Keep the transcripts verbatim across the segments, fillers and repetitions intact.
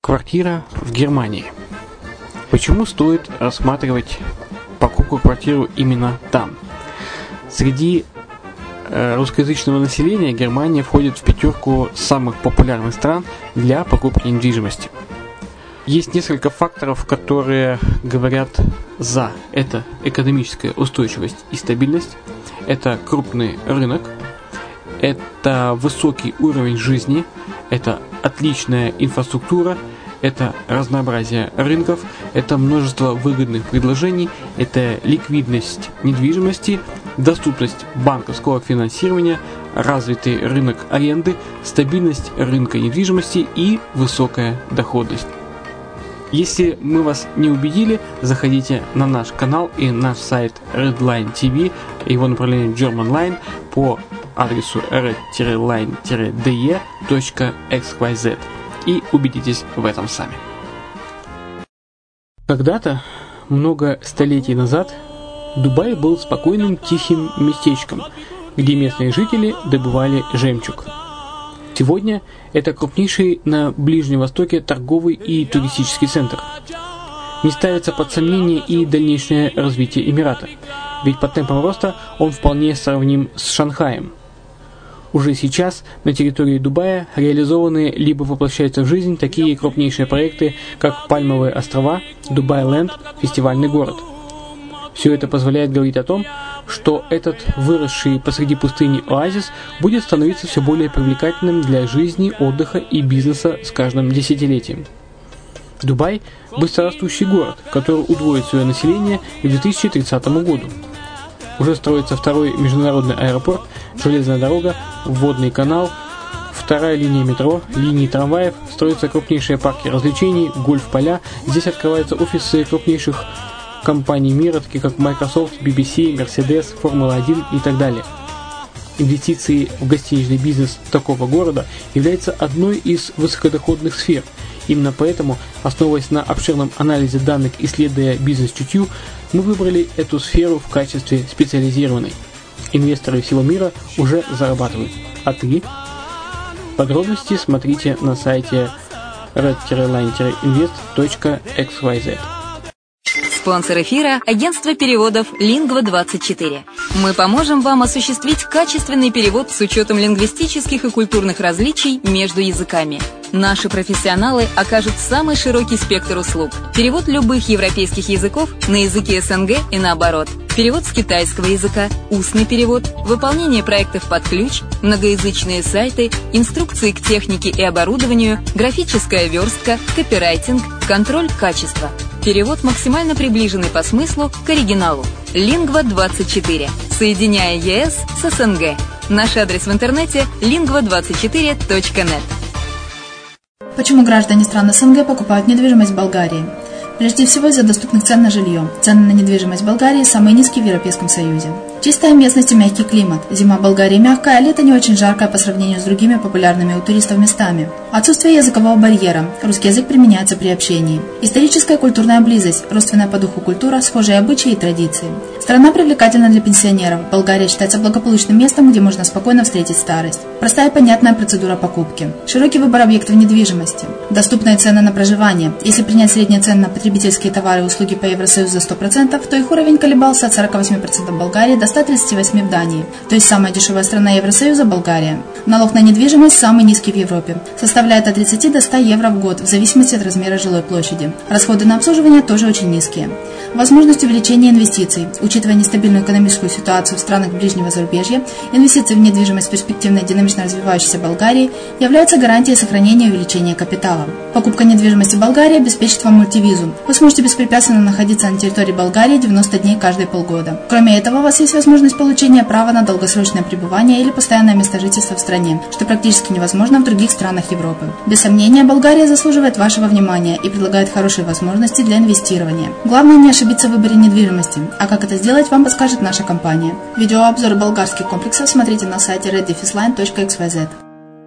Квартира в Германии. Почему стоит рассматривать покупку квартиры именно там? Среди э, русскоязычного населения Германия входит в пятерку самых популярных стран для покупки недвижимости. Есть несколько факторов, которые говорят за. Это экономическая устойчивость и стабильность, это крупный рынок, это высокий уровень жизни, это отличная инфраструктура, это разнообразие рынков, это множество выгодных предложений, это ликвидность недвижимости, доступность банковского финансирования, развитый рынок аренды, стабильность рынка недвижимости и высокая доходность. Если мы вас не убедили, заходите на наш канал и наш сайт Redline ти ви, его направление Germanline по адресу red line de точка экс уай зет и убедитесь в этом сами. Когда-то, много столетий назад, Дубай был спокойным тихим местечком, где местные жители добывали жемчуг. Сегодня это крупнейший на Ближнем Востоке торговый и туристический центр. Не ставится под сомнение и дальнейшее развитие Эмирата, ведь по темпам роста он вполне сравним с Шанхаем. Уже сейчас на территории Дубая реализованы либо воплощаются в жизнь такие крупнейшие проекты, как Пальмовые острова, Дубай-Ленд, фестивальный город. Все это позволяет говорить о том, что этот выросший посреди пустыни оазис будет становиться все более привлекательным для жизни, отдыха и бизнеса с каждым десятилетием. Дубай – быстрорастущий город, который удвоит свое население к две тысячи тридцатому году. Уже строится второй международный аэропорт, железная дорога, водный канал, вторая линия метро, линии трамваев, строятся крупнейшие парки развлечений, гольф-поля. Здесь открываются офисы крупнейших компаний мира, таких как Microsoft, би би си, Mercedes, Формула один и так далее. Инвестиции в гостиничный бизнес такого города являются одной из высокодоходных сфер. Именно поэтому, основываясь на обширном анализе данных, исследуя бизнес-чутью, мы выбрали эту сферу в качестве специализированной. Инвесторы всего мира уже зарабатывают. А ты? Подробности смотрите на сайте red line invest точка экс уай зет. Спонсор эфира – агентство переводов Lingva двадцать четыре. Мы поможем вам осуществить качественный перевод с учетом лингвистических и культурных различий между языками. Наши профессионалы окажут самый широкий спектр услуг. Перевод любых европейских языков на языки эс эн гэ и наоборот. Перевод с китайского языка, устный перевод, выполнение проектов под ключ, многоязычные сайты, инструкции к технике и оборудованию, графическая верстка, копирайтинг, контроль качества. Перевод максимально приближенный по смыслу к оригиналу. Lingva двадцать четыре. Соединяя е эс с эс эн гэ. Наш адрес в интернете lingva двадцать четыре точка нет. Почему граждане стран эс эн гэ покупают недвижимость в Болгарии? Прежде всего из-за доступных цен на жилье. Цены на недвижимость в Болгарии самые низкие в Европейском Союзе. Чистая местность и мягкий климат. Зима в Болгарии мягкая, а лето не очень жаркое по сравнению с другими популярными у туристов местами. Отсутствие языкового барьера. Русский язык применяется при общении. Историческая и культурная близость. Родственная по духу культура, схожие обычаи и традиции. Страна привлекательна для пенсионеров. Болгария считается благополучным местом, где можно спокойно встретить старость. Простая и понятная процедура покупки. Широкий выбор объектов недвижимости. Доступные цены на проживание. Если принять средние цены на потребительские товары и услуги по Евросоюзу за сто процентов, то их уровень колебался от сорок восемь процентов в Болгарии до ста тридцати восьми процентов в Дании. То есть самая дешевая страна Евросоюза – Болгария. Налог на недвижимость самый низкий в Европе. Составляет от тридцати до ста евро в год, в зависимости от размера жилой площади. Расходы на обслуживание тоже очень низкие. Возможность увеличения инвестиций. Учитывая нестабильную экономическую ситуацию в странах ближнего зарубежья, инвестиции в недвижимость в перспективной динамично развивающейся Болгарии являются гарантией сохранения и увеличения капитала. Покупка недвижимости в Болгарии обеспечит вам мультивизу. Вы сможете беспрепятственно находиться на территории Болгарии девяносто дней каждые полгода. Кроме этого, у вас есть возможность получения права на долгосрочное пребывание или постоянное место жительства в стране, что практически невозможно в других странах Европы. Без сомнения, Болгария заслуживает вашего внимания и предлагает хорошие возможности для инвестирования. Главное не ошибиться в выборе недвижимости, а как это сделать, вам подскажет наша компания. Видеообзор болгарских комплексов смотрите на сайте red line точка экс уай зет.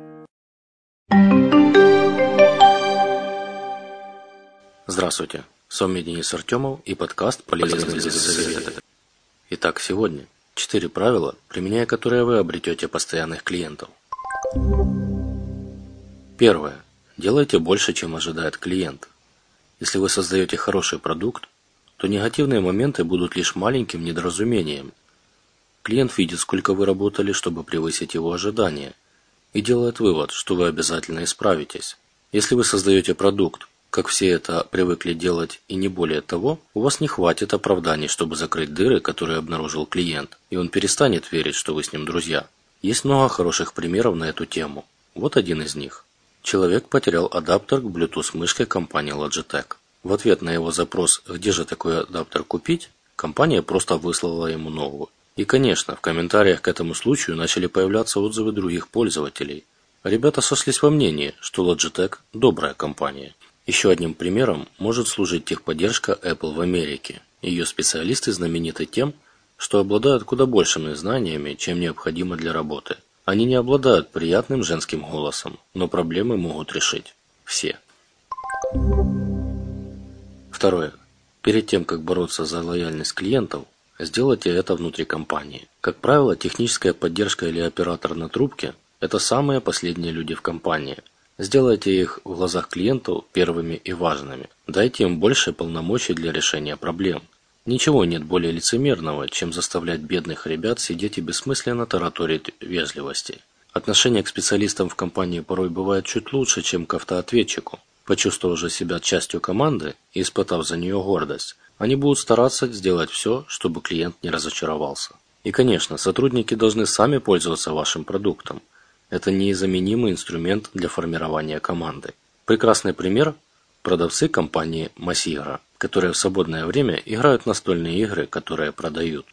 Здравствуйте, с вами Денис Артемов и подкаст «Полезные советы». Итак, сегодня четыре правила, применяя которые вы обретете постоянных клиентов. Первое. Делайте больше, чем ожидает клиент. Если вы создаете хороший продукт, то негативные моменты будут лишь маленьким недоразумением. Клиент видит, сколько вы работали, чтобы превысить его ожидания, и делает вывод, что вы обязательно исправитесь. Если вы создаете продукт, как все это привыкли делать, и не более того, у вас не хватит оправданий, чтобы закрыть дыры, которые обнаружил клиент, и он перестанет верить, что вы с ним друзья. Есть много хороших примеров на эту тему. Вот один из них. Человек потерял адаптер к Bluetooth-мышке компании Logitech. В ответ на его запрос, где же такой адаптер купить, компания просто выслала ему новую. И, конечно, в комментариях к этому случаю начали появляться отзывы других пользователей. Ребята сошлись во мнении, что Logitech – добрая компания. Еще одним примером может служить техподдержка Apple в Америке. Ее специалисты знамениты тем, что обладают куда большими знаниями, чем необходимо для работы. Они не обладают приятным женским голосом, но проблемы могут решить все. Второе. Перед тем, как бороться за лояльность клиентов, сделайте это внутри компании. Как правило, техническая поддержка или оператор на трубке – это самые последние люди в компании. Сделайте их в глазах клиентов первыми и важными. Дайте им больше полномочий для решения проблем. Ничего нет более лицемерного, чем заставлять бедных ребят сидеть и бессмысленно тараторить вежливости. Отношение к специалистам в компании порой бывает чуть лучше, чем к автоответчику. Почувствовав же себя частью команды и испытав за нее гордость, они будут стараться сделать все, чтобы клиент не разочаровался. И, конечно, сотрудники должны сами пользоваться вашим продуктом. Это незаменимый инструмент для формирования команды. Прекрасный пример – продавцы компании Масигра, которые в свободное время играют в настольные игры, которые продают.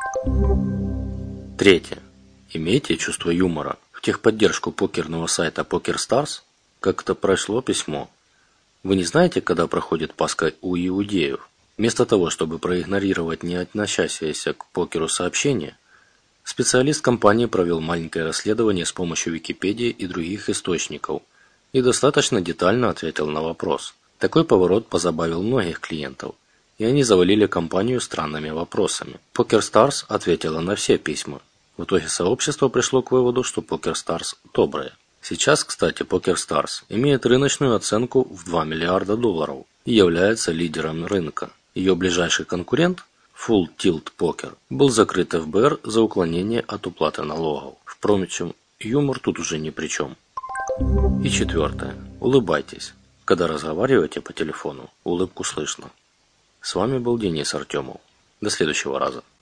Третье. Имейте чувство юмора. В техподдержку покерного сайта PokerStars как-то прошло письмо. Вы не знаете, когда проходит Пасха у иудеев? Вместо того, чтобы проигнорировать не относящееся к покеру сообщение, специалист компании провел маленькое расследование с помощью Википедии и других источников и достаточно детально ответил на вопрос. Такой поворот позабавил многих клиентов, и они завалили компанию странными вопросами. PokerStars ответила на все письма. В итоге сообщество пришло к выводу, что PokerStars добрая. Сейчас, кстати, PokerStars имеет рыночную оценку в два миллиарда долларов и является лидером рынка. Ее ближайший конкурент Full Tilt Poker был закрыт эф бэ эр за уклонение от уплаты налогов. Впрочем, юмор тут уже ни при чем. И четвертое. Улыбайтесь. Когда разговариваете по телефону, улыбку слышно. С вами был Денис Артемов. До следующего раза.